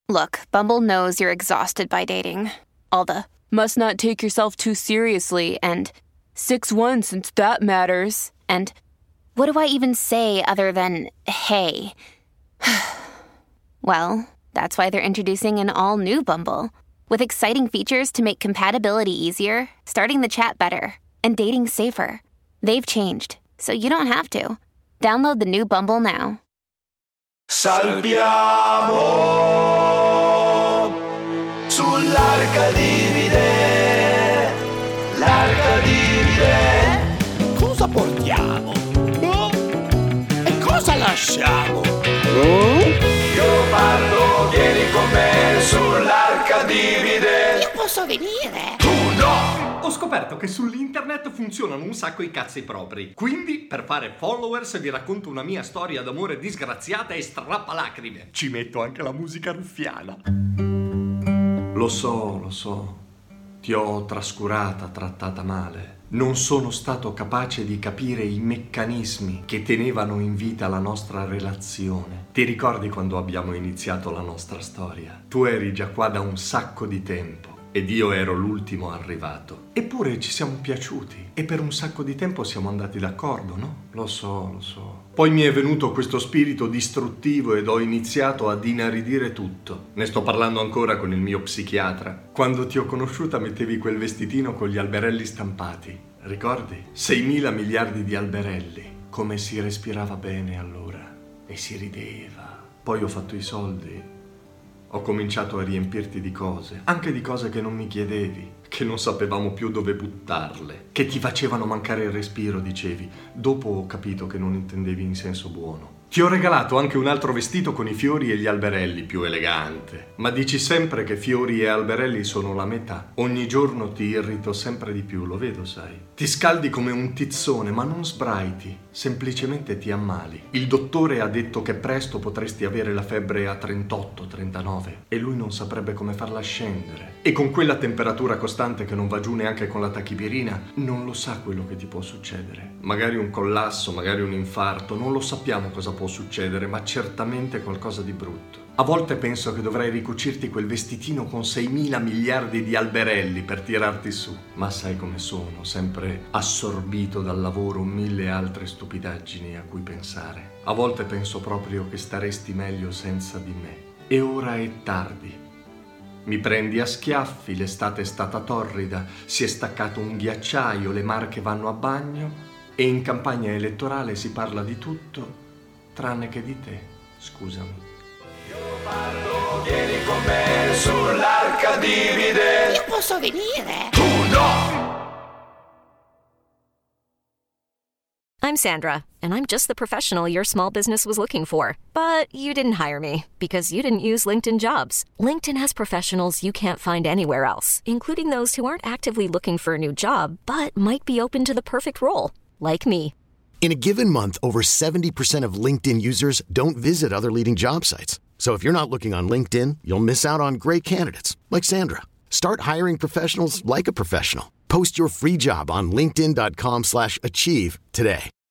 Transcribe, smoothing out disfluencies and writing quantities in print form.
Look, Bumble knows you're exhausted by dating. All the must not take yourself too seriously and 6'1" since that matters. And what do I even say other than hey? Well, that's why they're introducing an all-new Bumble with exciting features to make compatibility easier, starting the chat better, and dating safer. They've changed, so you don't have to. Download the new Bumble now. Salviamo sull'Arcadivide, l'Arcadivide. Cosa portiamo? E cosa lasciamo? Io parlo, vieni con me sull'Arcadivide. Io posso venire? Tu no! Ho scoperto che sull'internet funzionano un sacco i cazzi propri. Quindi, per fare followers, vi racconto una mia storia d'amore disgraziata e strappalacrime. Ci metto anche la musica ruffiana. Lo so. Ti ho trascurata, trattata male. Non sono stato capace di capire i meccanismi che tenevano in vita la nostra relazione. Ti ricordi quando abbiamo iniziato la nostra storia? Tu eri già qua da un sacco di tempo. Ed io ero l'ultimo arrivato. Eppure ci siamo piaciuti e per un sacco di tempo siamo andati d'accordo, no? Lo so. Poi mi è venuto questo spirito distruttivo ed ho iniziato ad inaridire tutto. Ne sto parlando ancora con il mio psichiatra. Quando ti ho conosciuta mettevi quel vestitino con gli alberelli stampati. Ricordi? 6.000 miliardi di alberelli. Come si respirava bene allora. E si rideva. Poi ho fatto i soldi. Ho cominciato a riempirti di cose, anche di cose che non mi chiedevi, che non sapevamo più dove buttarle, che ti facevano mancare il respiro, dicevi. Dopo ho capito che non intendevi in senso buono. Ti ho regalato anche un altro vestito con i fiori e gli alberelli, più elegante. Ma dici sempre che fiori e alberelli sono la metà. Ogni giorno ti irrito sempre di più, lo vedo, sai. Ti scaldi come un tizzone, ma non sbraiti. Semplicemente ti ammali. Il dottore ha detto che presto potresti avere la febbre a 38-39 e lui non saprebbe come farla scendere. E con quella temperatura costante che non va giù neanche con la tachipirina, non lo sa quello che ti può succedere. Magari un collasso, magari un infarto, non lo sappiamo cosa può succedere, ma certamente qualcosa di brutto. A volte penso che dovrei ricucirti quel vestitino con 6.000 miliardi di alberelli per tirarti su. Ma sai come sono, sempre assorbito dal lavoro, 1000 altre stupidaggini a cui pensare. A volte penso proprio che staresti meglio senza di me. E ora è tardi. Mi prendi a schiaffi, l'estate è stata torrida, si è staccato un ghiacciaio, le Marche vanno a bagno e in campagna elettorale si parla di tutto, tranne che di te. Scusami. Io parlo, vieni con me sull'Arcadivide. Io posso venire? Tu no! I'm Sandra, and I'm just the professional your small business was looking for. But you didn't hire me because you didn't use LinkedIn Jobs. LinkedIn has professionals you can't find anywhere else, including those who aren't actively looking for a new job, but might be open to the perfect role, like me. In a given month, over 70% of LinkedIn users don't visit other leading job sites. So if you're not looking on LinkedIn, you'll miss out on great candidates like Sandra. Start hiring professionals like a professional. Post your free job on linkedin.com/achieve today.